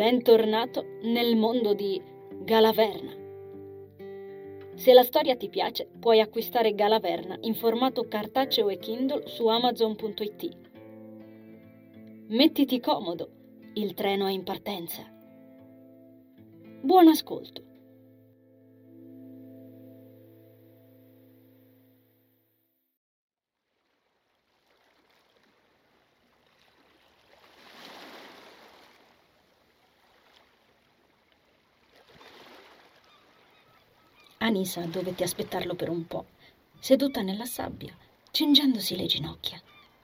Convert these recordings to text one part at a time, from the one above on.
Bentornato nel mondo di Galaverna. Se la storia ti piace, puoi acquistare Galaverna in formato cartaceo e Kindle su Amazon.it. Mettiti comodo, il treno è in partenza. Buon ascolto. Anisa dovette aspettarlo per un po', seduta nella sabbia, cingendosi le ginocchia.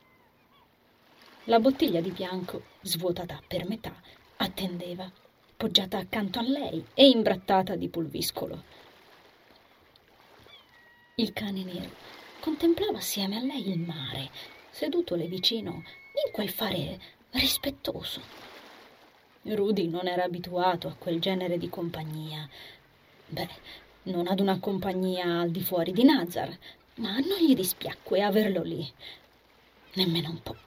La bottiglia di bianco, svuotata per metà, attendeva, poggiata accanto a lei e imbrattata di pulviscolo. Il cane nero contemplava assieme a lei il mare, sedutole vicino in quel fare rispettoso. Rudy non era abituato a quel genere di compagnia. Non ad una compagnia al di fuori di Nazar, ma non gli dispiacque averlo lì, nemmeno un po'.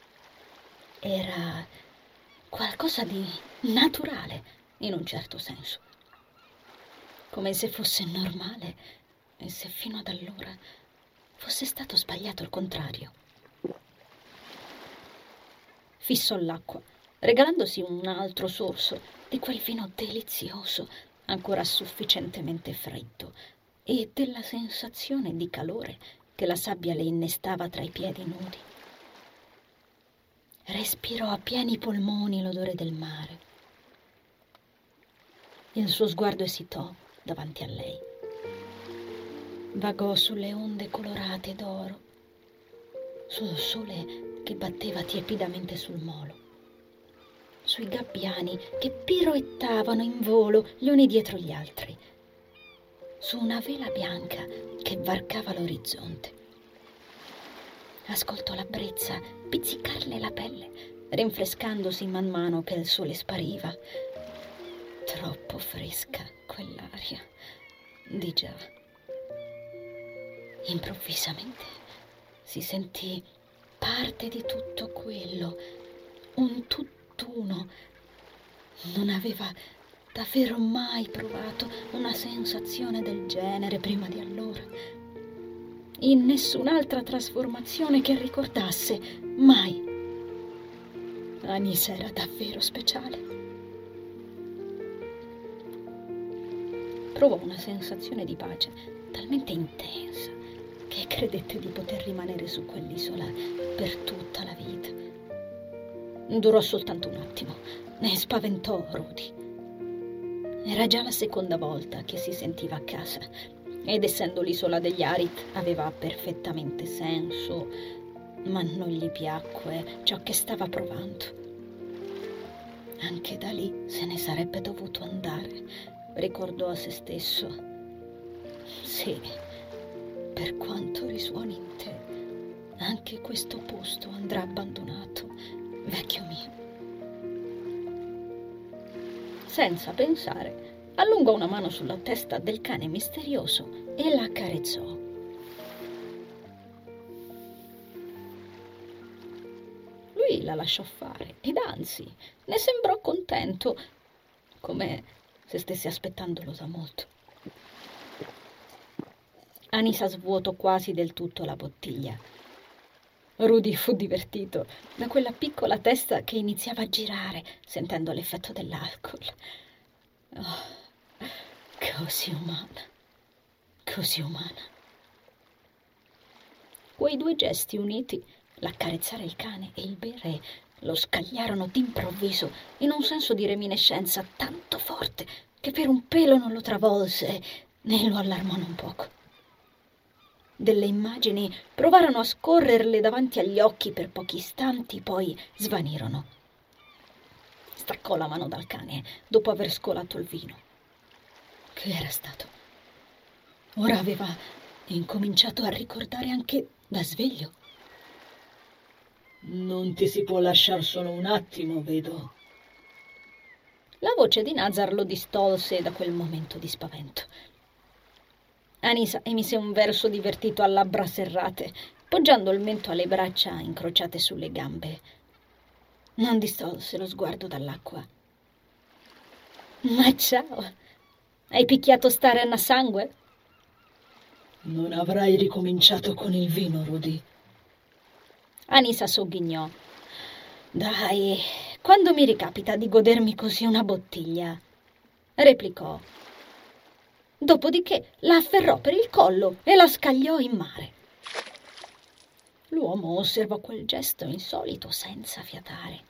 Era qualcosa di naturale, in un certo senso, come se fosse normale e se fino ad allora fosse stato sbagliato il contrario. Fissò l'acqua, regalandosi un altro sorso di quel vino delizioso, ancora sufficientemente freddo, e della sensazione di calore che la sabbia le innestava tra i piedi nudi. Respirò a pieni polmoni l'odore del mare. Il suo sguardo esitò davanti a lei. Vagò sulle onde colorate d'oro, sul sole che batteva tiepidamente sul molo, sui gabbiani che piroettavano in volo gli uni dietro gli altri, su una vela bianca che varcava l'orizzonte. Ascoltò la brezza pizzicarle la pelle, rinfrescandosi man mano che il sole spariva. Troppo fresca quell'aria, di già. Improvvisamente si sentì parte di tutto quello, un tutt'uno. Non aveva davvero mai provato una sensazione del genere prima di allora. In nessun'altra trasformazione che ricordasse, mai. Anisa era davvero speciale. Provò una sensazione di pace talmente intensa che credette di poter rimanere su quell'isola per tutta la vita. Durò soltanto un attimo, ne spaventò Rudy. Era già la seconda volta che si sentiva a casa, ed essendo l'isola degli Arit aveva perfettamente senso, ma non gli piacque ciò che stava provando. Anche da lì se ne sarebbe dovuto andare, ricordò a se stesso. Sì, per quanto risuoni in te, anche questo posto andrà abbandonato, vecchio mio. Senza pensare, allungò una mano sulla testa del cane misterioso e la accarezzò. Lui la lasciò fare ed anzi ne sembrò contento, come se stesse aspettandolo da molto. Anisa svuotò quasi del tutto la bottiglia. Rudy fu divertito da quella piccola testa che iniziava a girare, sentendo l'effetto dell'alcol. Oh, così umana, così umana. Quei due gesti uniti, l'accarezzare il cane e il bere, lo scagliarono d'improvviso in un senso di reminiscenza tanto forte che per un pelo non lo travolse né lo allarmò un poco. Delle immagini provarono a scorrerle davanti agli occhi per pochi istanti, poi svanirono. Staccò la mano dal cane dopo aver scolato il vino. Che era stato? Ora aveva incominciato a ricordare anche da sveglio. Non ti si può lasciar solo un attimo, vedo. La voce di Nazar lo distolse da quel momento di spavento. Anisa emise un verso divertito a labbra serrate, poggiando il mento alle braccia incrociate sulle gambe. Non distolse lo sguardo dall'acqua. Ma ciao, hai picchiato Staren a sangue? Non avrai ricominciato con il vino, Rudy. Anisa sogghignò. Dai, quando mi ricapita di godermi così una bottiglia? Replicò. Dopodiché la afferrò per il collo e la scagliò in mare. L'uomo osservò quel gesto insolito senza fiatare.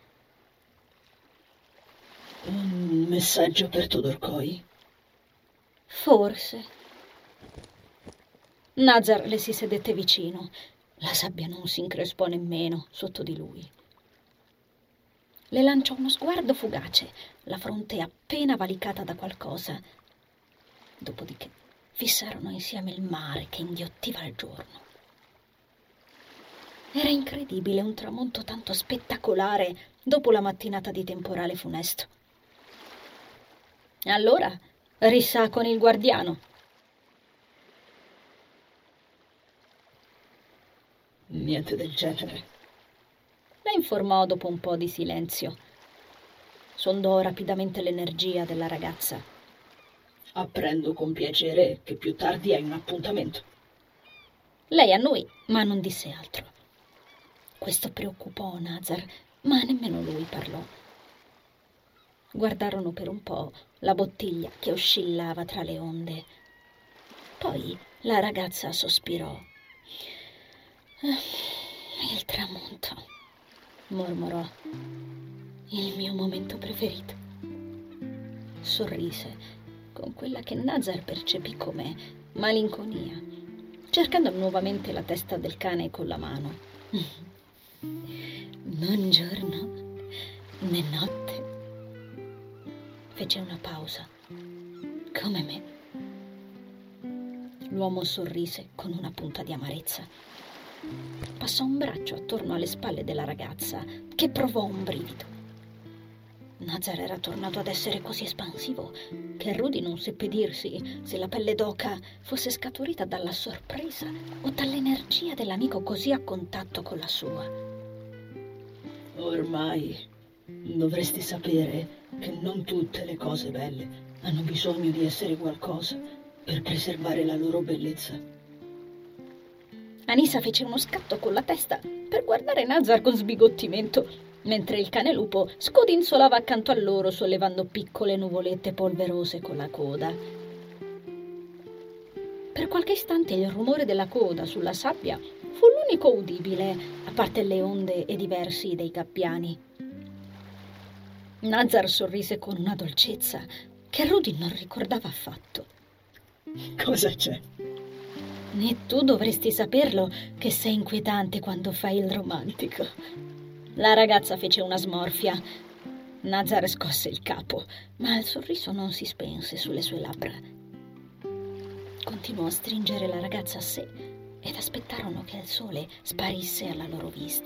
Un messaggio per Todorkoi? Forse. Nazar le si sedette vicino. La sabbia non si increspò nemmeno sotto di lui. Le lanciò uno sguardo fugace, la fronte appena valicata da qualcosa. Dopodiché fissarono insieme il mare che inghiottiva il giorno. Era incredibile un tramonto tanto spettacolare dopo la mattinata di temporale funesto. Allora rissa con il guardiano. Niente del genere. La informò dopo un po' di silenzio. Sondò rapidamente l'energia della ragazza. Apprendo con piacere che più tardi hai un appuntamento. Lei annuì, ma non disse altro. Questo preoccupò Nazar, ma nemmeno lui parlò. Guardarono per un po' la bottiglia che oscillava tra le onde. Poi la ragazza sospirò. Il tramonto, mormorò. Il mio momento preferito. Sorrise con quella che Nazar percepì come malinconia, cercando nuovamente la testa del cane con la mano. Non giorno né notte. Fece una pausa, come me. L'uomo sorrise con una punta di amarezza. Passò un braccio attorno alle spalle della ragazza, che provò un brivido. Nazar era tornato ad essere così espansivo che Rudy non seppe dirsi se la pelle d'oca fosse scaturita dalla sorpresa o dall'energia dell'amico così a contatto con la sua. Ormai dovresti sapere che non tutte le cose belle hanno bisogno di essere qualcosa per preservare la loro bellezza. Anisa fece uno scatto con la testa per guardare Nazar con sbigottimento, mentre il cane lupo scodinzolava accanto a loro sollevando piccole nuvolette polverose con la coda. Per qualche istante il rumore della coda sulla sabbia fu l'unico udibile, a parte le onde ed i versi dei gabbiani. Nazar sorrise con una dolcezza che Rudy non ricordava affatto. Cosa c'è? E tu dovresti saperlo che sei inquietante quando fai il romantico. La ragazza fece una smorfia. Nazar scosse il capo, ma il sorriso non si spense sulle sue labbra. Continuò a stringere la ragazza a sé ed aspettarono che il sole sparisse alla loro vista.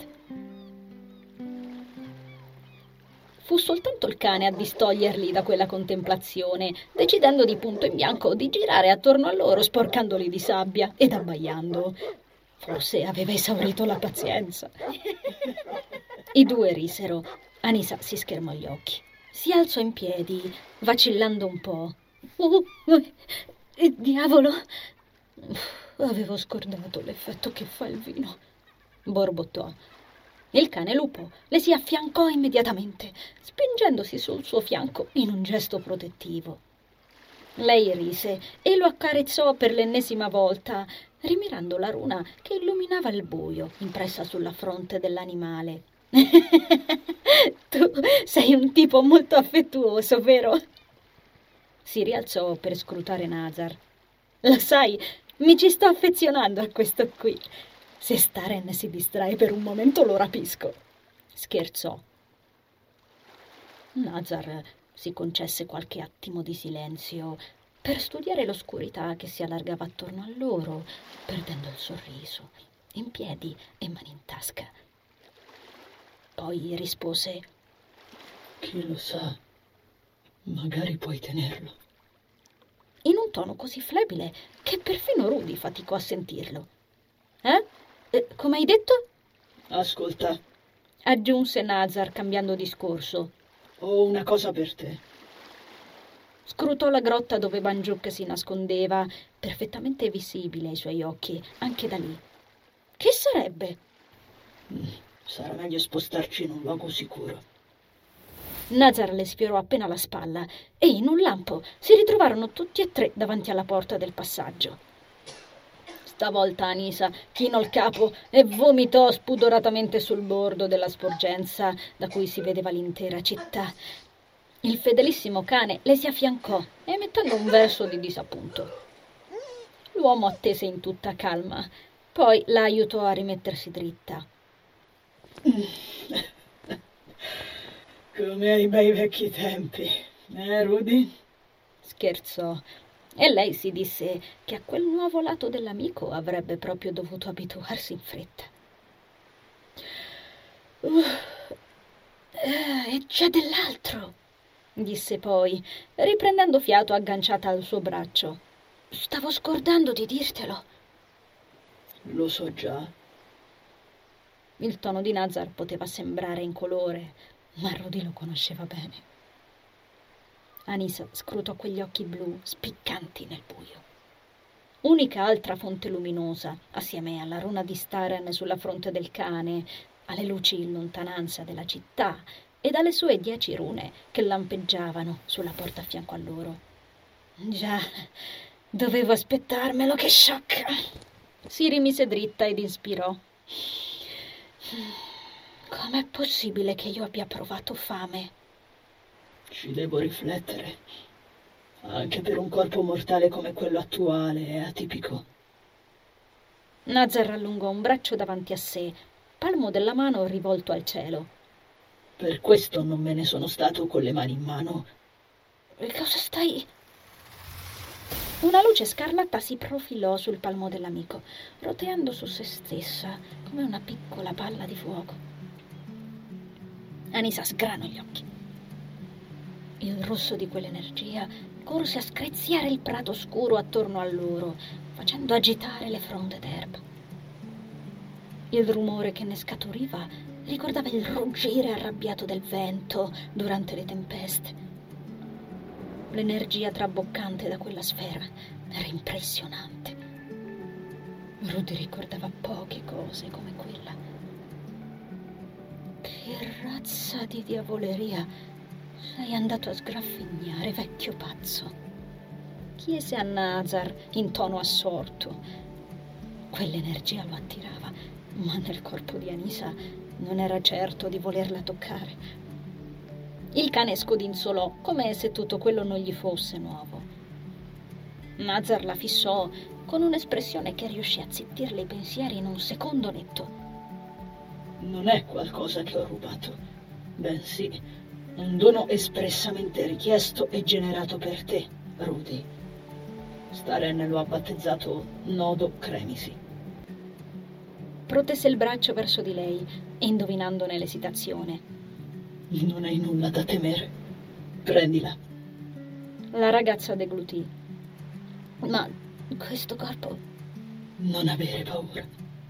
Fu soltanto il cane a distoglierli da quella contemplazione, decidendo di punto in bianco di girare attorno a loro, sporcandoli di sabbia ed abbaiando. Forse aveva esaurito la pazienza. I due risero. Anisa si schermò gli occhi. Si alzò in piedi, vacillando un po'. Diavolo! Avevo scordato l'effetto che fa il vino, borbottò. Il cane lupo le si affiancò immediatamente, spingendosi sul suo fianco in un gesto protettivo. Lei rise e lo accarezzò per l'ennesima volta, rimirando la runa che illuminava il buio impressa sulla fronte dell'animale. Tu sei un tipo molto affettuoso, vero? Si rialzò per scrutare Nazar. Lo sai, mi ci sto affezionando a questo qui. Se Staren si distrae per un momento lo rapisco. Scherzò. Nazar si concesse qualche attimo di silenzio per studiare l'oscurità che si allargava attorno a loro, perdendo il sorriso, in piedi e mani in tasca. Poi rispose: Chi lo sa, magari puoi tenerlo. In un tono così flebile che perfino Rudy faticò a sentirlo. Come hai detto? Ascolta, Aggiunse Nazar cambiando discorso. ho una cosa per te. Scrutò la grotta dove Banjuk si nascondeva, perfettamente visibile ai suoi occhi, anche da lì. Che sarebbe? Sarà meglio spostarci in un luogo sicuro. Nazar le sfiorò appena la spalla e in un lampo si ritrovarono tutti e tre davanti alla porta del passaggio. Stavolta Anisa chinò il capo e vomitò spudoratamente sul bordo della sporgenza da cui si vedeva l'intera città. Il fedelissimo cane le si affiancò, emettendo un verso di disappunto. L'uomo attese in tutta calma, poi la aiutò a rimettersi dritta. Come ai bei vecchi tempi, Rudy? Scherzò, e lei si disse che a quel nuovo lato dell'amico avrebbe proprio dovuto abituarsi in fretta. E c'è dell'altro, disse poi, riprendendo fiato agganciata al suo braccio. Stavo scordando di dirtelo. Lo so già. Il tono di Nazar poteva sembrare incolore, ma Rudy lo conosceva bene. Anisa scrutò quegli occhi blu spiccanti nel buio. Unica altra fonte luminosa, assieme alla runa di Staren sulla fronte del cane, alle luci in lontananza della città e dalle sue 10 rune che lampeggiavano sulla porta a fianco a loro. Già, dovevo aspettarmelo, che sciocca! Si rimise dritta ed inspirò. Com'è possibile che io abbia provato fame? Ci devo riflettere. Anche per un corpo mortale come quello attuale è atipico. Nazar allungò un braccio davanti a sé, palmo della mano rivolto al cielo. Per questo non me ne sono stato con le mani in mano. E cosa stai... Una luce scarlatta si profilò sul palmo dell'amico, roteando su se stessa come una piccola palla di fuoco. Anisa sgranò gli occhi. Il rosso di quell'energia corse a screziare il prato scuro attorno a loro, facendo agitare le fronde d'erba. Il rumore che ne scaturiva ricordava il ruggire arrabbiato del vento durante le tempeste. L'energia traboccante da quella sfera era impressionante. Rudy ricordava poche cose come quella. Che razza di diavoleria sei andato a sgraffignare, vecchio pazzo? Chiese a Nazar in tono assorto. Quell'energia lo attirava, ma nel corpo di Anisa non era certo di volerla toccare. Il cane scodinzolò, come se tutto quello non gli fosse nuovo. Nazar la fissò con un'espressione che riuscì a zittirle i pensieri in un secondo netto. Non è qualcosa che ho rubato, bensì un dono espressamente richiesto e generato per te, Rudy. Staren lo ha battezzato Nodo Cremisi. Protese il braccio verso di lei, indovinandone l'esitazione. Non hai nulla da temere. Prendila. La ragazza deglutì. Ma questo corpo... Non avere paura.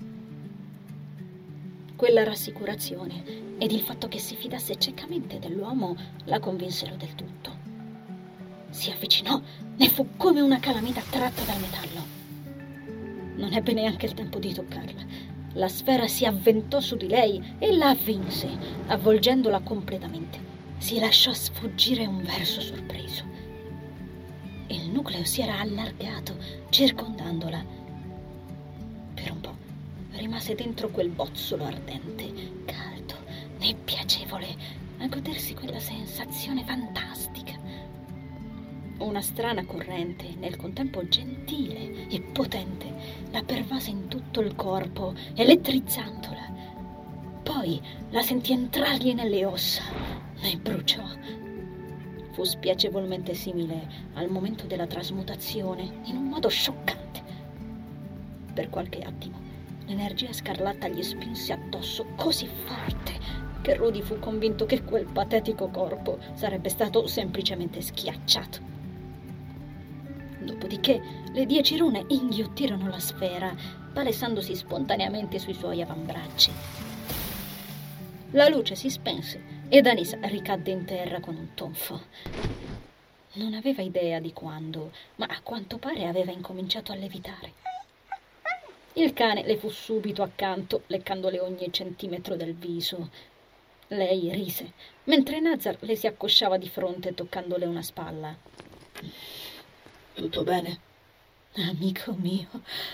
Quella rassicurazione ed il fatto che si fidasse ciecamente dell'uomo la convinsero del tutto. Si avvicinò e fu come una calamita tratta dal metallo. Non ebbe neanche il tempo di toccarla. La sfera si avventò su di lei e la avvinse, avvolgendola completamente. Si lasciò sfuggire un verso sorpreso. Il nucleo si era allargato, circondandola. Per un po' rimase dentro quel bozzolo ardente, caldo e piacevole, a godersi quella sensazione fantastica. Una strana corrente, nel contempo gentile e potente, la pervase in tutto il corpo, elettrizzandola. Poi la sentì entrargli nelle ossa e bruciò. Fu spiacevolmente simile al momento della trasmutazione, in un modo scioccante. Per qualche attimo l'energia scarlatta gli spinse addosso così forte che Rudy fu convinto che quel patetico corpo sarebbe stato semplicemente schiacciato. Dopodiché le 10 rune inghiottirono la sfera, palesandosi spontaneamente sui suoi avambracci. La luce si spense ed Anisa ricadde in terra con un tonfo. Non aveva idea di quando, ma a quanto pare aveva incominciato a levitare. Il cane le fu subito accanto, leccandole ogni centimetro del viso. Lei rise, mentre Nazar le si accosciava di fronte toccandole una spalla. Tutto bene? Amico mio,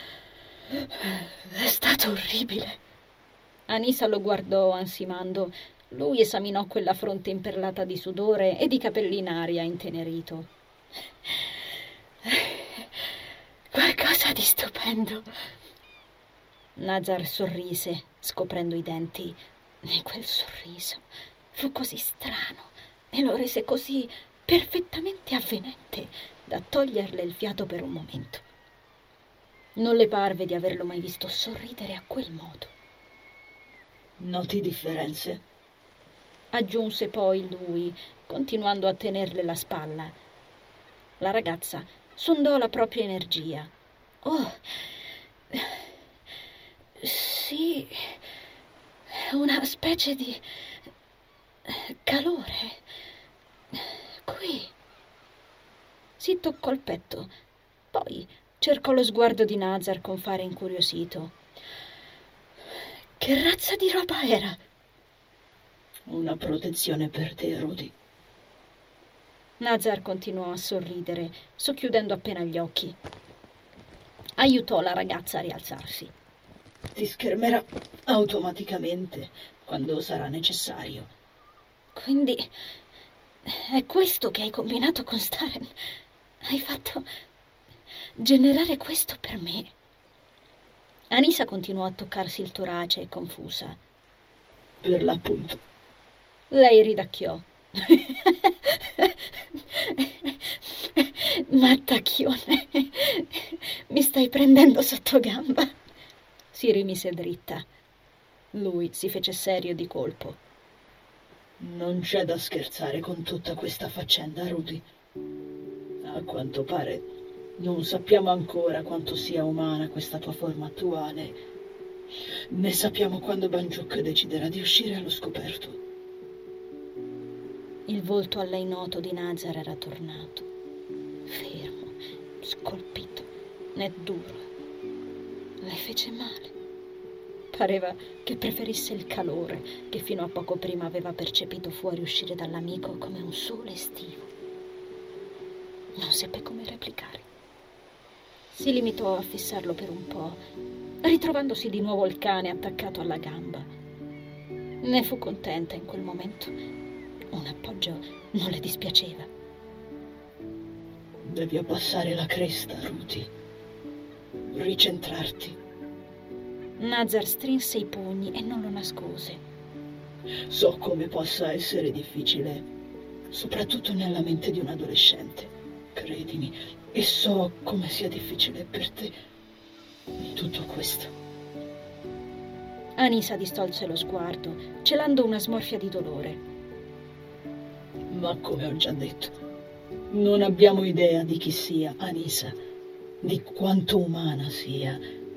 è stato orribile. Anisa lo guardò ansimando. Lui esaminò quella fronte imperlata di sudore ed i capelli in aria intenerito. Qualcosa di stupendo. Nazar sorrise, scoprendo i denti. E quel sorriso fu così strano e lo rese così perfettamente avvenente da toglierle il fiato per un momento. Non le parve di averlo mai visto sorridere a quel modo. Noti differenze? Aggiunse poi lui, continuando a tenerle la spalla. La ragazza sondò la propria energia. Oh, sì, una specie di calore. Qui. Si toccò il petto, poi cercò lo sguardo di Nazar con fare incuriosito. Che razza di roba era? Una protezione per te, Rudy. Nazar continuò a sorridere, socchiudendo appena gli occhi. Aiutò la ragazza a rialzarsi. Ti schermerà automaticamente quando sarà necessario. Quindi è questo che hai combinato con Staren? Hai fatto generare questo per me? Anisa continuò a toccarsi il torace, confusa. Per l'appunto. Lei ridacchiò. Mattacchione, mi stai prendendo sotto gamba? Si rimise dritta. Lui si fece serio di colpo. Non c'è da scherzare con tutta questa faccenda, Rudy. A quanto pare non sappiamo ancora quanto sia umana questa tua forma attuale, né sappiamo quando Banjuk deciderà di uscire allo scoperto. Il volto a lei noto di Nazar era tornato, fermo, scolpito, né duro. Le fece male. Pareva che preferisse il calore che fino a poco prima aveva percepito fuori uscire dall'amico come un sole estivo. Non seppe come replicare. Si limitò a fissarlo per un po', ritrovandosi di nuovo il cane attaccato alla gamba. Ne fu contenta in quel momento. Un appoggio non le dispiaceva. Devi abbassare la cresta, Rudy. Ricentrarti. Nazar strinse i pugni e non lo nascose. So come possa essere difficile, soprattutto nella mente di un adolescente, credimi, e so come sia difficile per te tutto questo. Anisa distolse lo sguardo, celando una smorfia di dolore. Ma come ho già detto, non abbiamo idea di chi sia Anisa, di quanto umana sia.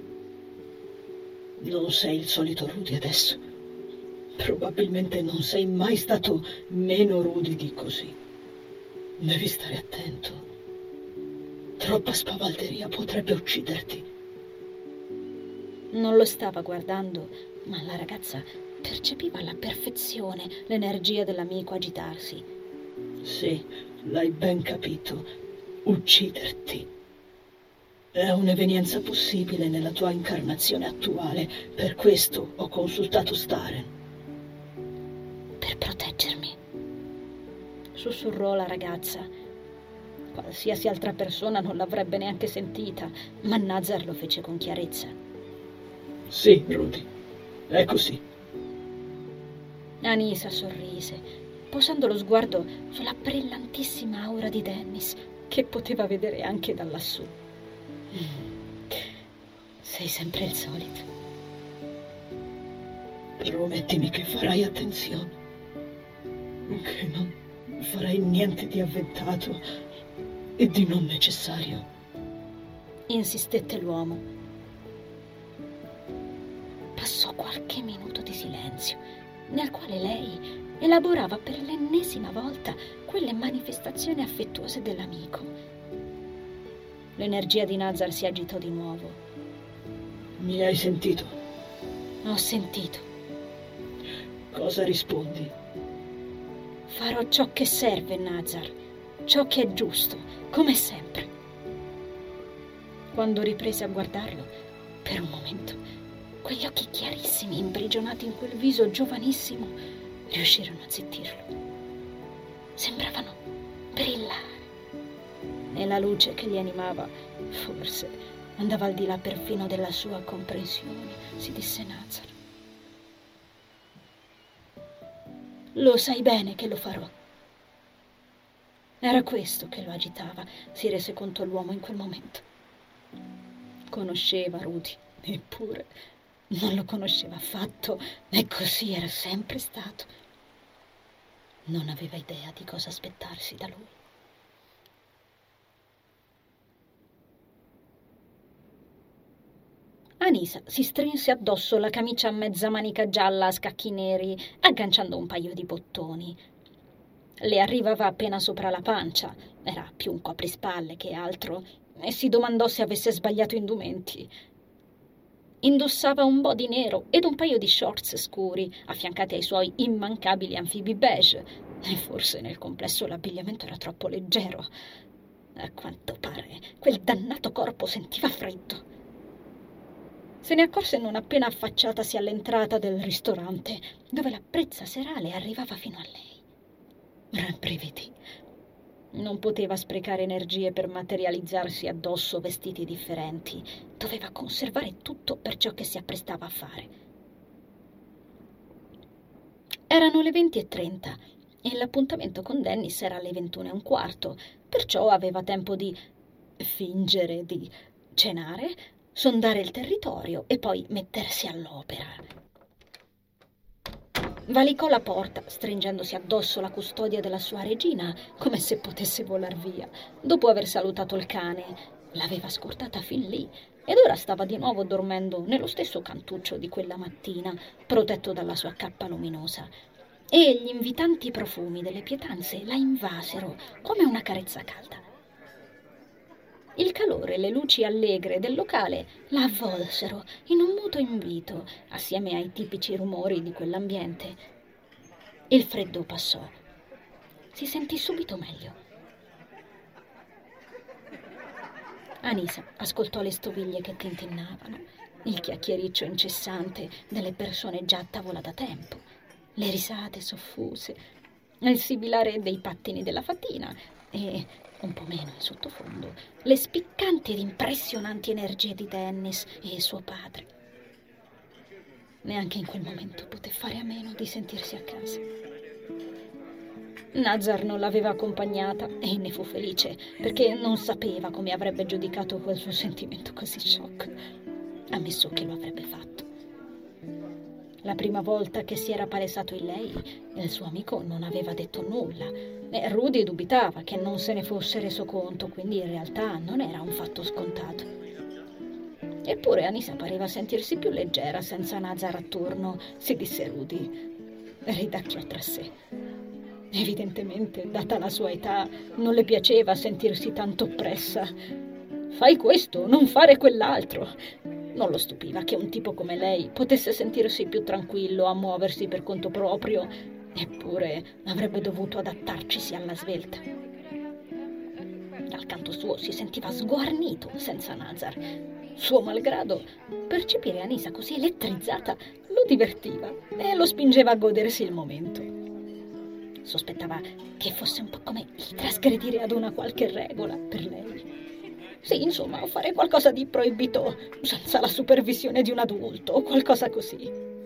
Non sei il solito Rudy adesso. Probabilmente non sei mai stato meno Rudy di così. Devi stare attento. Troppa spavalderia potrebbe ucciderti. Non lo stava guardando, ma la ragazza percepiva alla perfezione l'energia dell'amico agitarsi. Sì, l'hai ben capito. Ucciderti. È un'evenienza possibile nella tua incarnazione attuale. Per questo ho consultato Staren. Per proteggermi, sussurrò la ragazza. Qualsiasi altra persona non l'avrebbe neanche sentita, ma Nazar lo fece con chiarezza. Sì, Rudy, è così. Anisa sorrise, posando lo sguardo sulla brillantissima aura di Dennis, che poteva vedere anche da lassù. Sei sempre il solito. Promettimi che farai attenzione, che non farai niente di avventato e di non necessario. Insistette l'uomo. Passò qualche minuto di silenzio, nel quale lei elaborava per l'ennesima volta quelle manifestazioni affettuose dell'amico. L'energia di Nazar si agitò di nuovo. Mi hai sentito? Ho sentito. Cosa rispondi? Farò ciò che serve, Nazar, ciò che è giusto, come sempre. Quando riprese a guardarlo, per un momento, quegli occhi chiarissimi imprigionati in quel viso giovanissimo riuscirono a zittirlo. Sembravano brillare e la luce che li animava forse andava al di là perfino della sua comprensione, si disse Nazar. Lo sai bene che lo farò. Era questo che lo agitava, si rese conto l'uomo in quel momento. Conosceva Rudy, eppure non lo conosceva affatto, e così era sempre stato. Non aveva idea di cosa aspettarsi da lui. Anisa si strinse addosso la camicia a mezza manica gialla a scacchi neri, agganciando un paio di bottoni. Le arrivava appena sopra la pancia, era più un coprispalle che altro, e si domandò se avesse sbagliato indumenti. Indossava un body nero ed un paio di shorts scuri, affiancati ai suoi immancabili anfibi beige, e forse nel complesso l'abbigliamento era troppo leggero. A quanto pare quel dannato corpo sentiva freddo. Se ne accorse non appena affacciatasi all'entrata del ristorante, dove la brezza serale arrivava fino a lei. Rabbrividì. Non poteva sprecare energie per materializzarsi addosso vestiti differenti. Doveva conservare tutto per ciò che si apprestava a fare. Erano le 20:30 e l'appuntamento con Dennis era alle 21:15, perciò aveva tempo di fingere di cenare, sondare il territorio e poi mettersi all'opera. Valicò la porta, stringendosi addosso la custodia della sua regina, come se potesse volar via. Dopo aver salutato il cane, l'aveva scortata fin lì, ed ora stava di nuovo dormendo nello stesso cantuccio di quella mattina, protetto dalla sua cappa luminosa. E gli invitanti profumi delle pietanze la invasero come una carezza calda. Il calore e le luci allegre del locale la avvolsero in un muto invito, assieme ai tipici rumori di quell'ambiente. Il freddo passò. Si sentì subito meglio. Anisa ascoltò le stoviglie che tintinnavano, il chiacchiericcio incessante delle persone già a tavola da tempo, le risate soffuse, il sibilare dei pattini della fatina e, un po' meno in sottofondo, le spiccanti ed impressionanti energie di Dennis e suo padre. Neanche in quel momento poté fare a meno di sentirsi a casa. Nazar non l'aveva accompagnata e ne fu felice, perché non sapeva come avrebbe giudicato quel suo sentimento così sciocco, ammesso che lo avrebbe fatto. La prima volta che si era palesato in lei, il suo amico non aveva detto nulla. E Rudy dubitava che non se ne fosse reso conto, quindi in realtà non era un fatto scontato. Eppure Anisa pareva sentirsi più leggera senza Nazar attorno, si disse Rudy. Ridacchiò tra sé. Evidentemente, data la sua età, non le piaceva sentirsi tanto oppressa. Fai questo, non fare quell'altro. Non lo stupiva che un tipo come lei potesse sentirsi più tranquillo a muoversi per conto proprio, eppure avrebbe dovuto adattarcisi alla svelta. Dal canto suo si sentiva sguarnito senza Nazar. Suo malgrado, percepire Anisa così elettrizzata lo divertiva e lo spingeva a godersi il momento. Sospettava che fosse un po' come il trasgredire ad una qualche regola per lei. Sì, insomma, fare qualcosa di proibito senza la supervisione di un adulto o qualcosa così.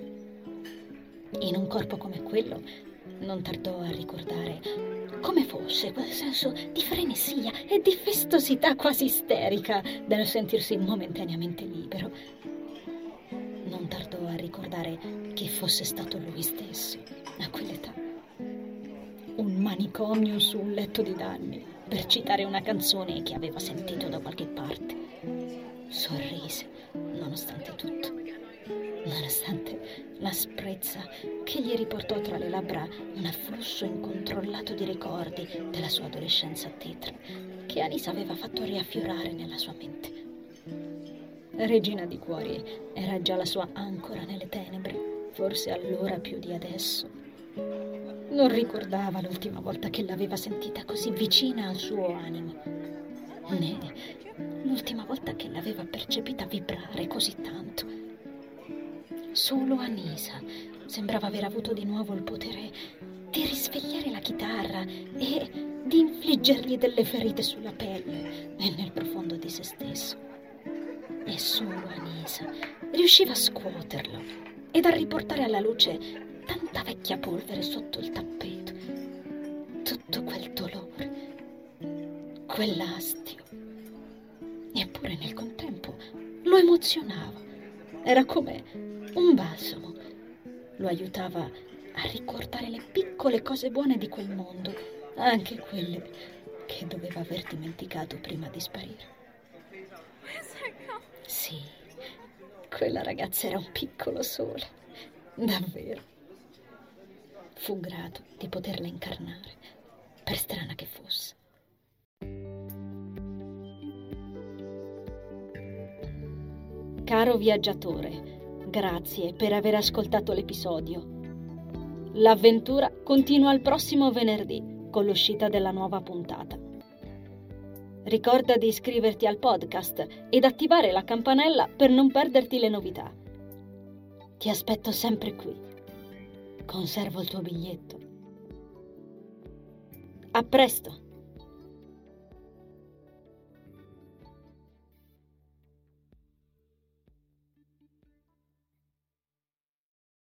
In un corpo come quello non tardò a ricordare come fosse quel senso di frenesia e di festosità quasi isterica del sentirsi momentaneamente libero. Non tardò a ricordare che fosse stato lui stesso, a quell'età, un manicomio su un letto di danni, per citare una canzone che aveva sentito da qualche parte. Sorrise, nonostante tutto. nonostante l'asprezza che gli riportò tra le labbra un afflusso incontrollato di ricordi della sua adolescenza tetra, che Anisa aveva fatto riaffiorare nella sua mente. Regina di Cuori era già la sua ancora nelle tenebre, forse allora più di adesso. Non ricordava l'ultima volta che l'aveva sentita così vicina al suo animo, né l'ultima volta che l'aveva percepita vibrare così tanto. Solo Anisa sembrava aver avuto di nuovo il potere di risvegliare la chitarra e di infliggergli delle ferite sulla pelle e nel profondo di se stesso. E solo Anisa riusciva a scuoterlo ed a riportare alla luce tanta vecchia polvere sotto il tappeto, tutto quel dolore, quell'astio. Eppure nel contempo lo emozionava, era come un balsamo, lo aiutava a ricordare le piccole cose buone di quel mondo, anche quelle che doveva aver dimenticato prima di sparire. Sì, quella ragazza era un piccolo sole, davvero. Fu grato di poterla incarnare, per strana che fosse. Caro viaggiatore, grazie per aver ascoltato l'episodio. L'avventura continua il prossimo venerdì con l'uscita della nuova puntata. Ricorda di iscriverti al podcast ed attivare la campanella per non perderti le novità. Ti aspetto sempre qui. Conservo il tuo biglietto. A presto!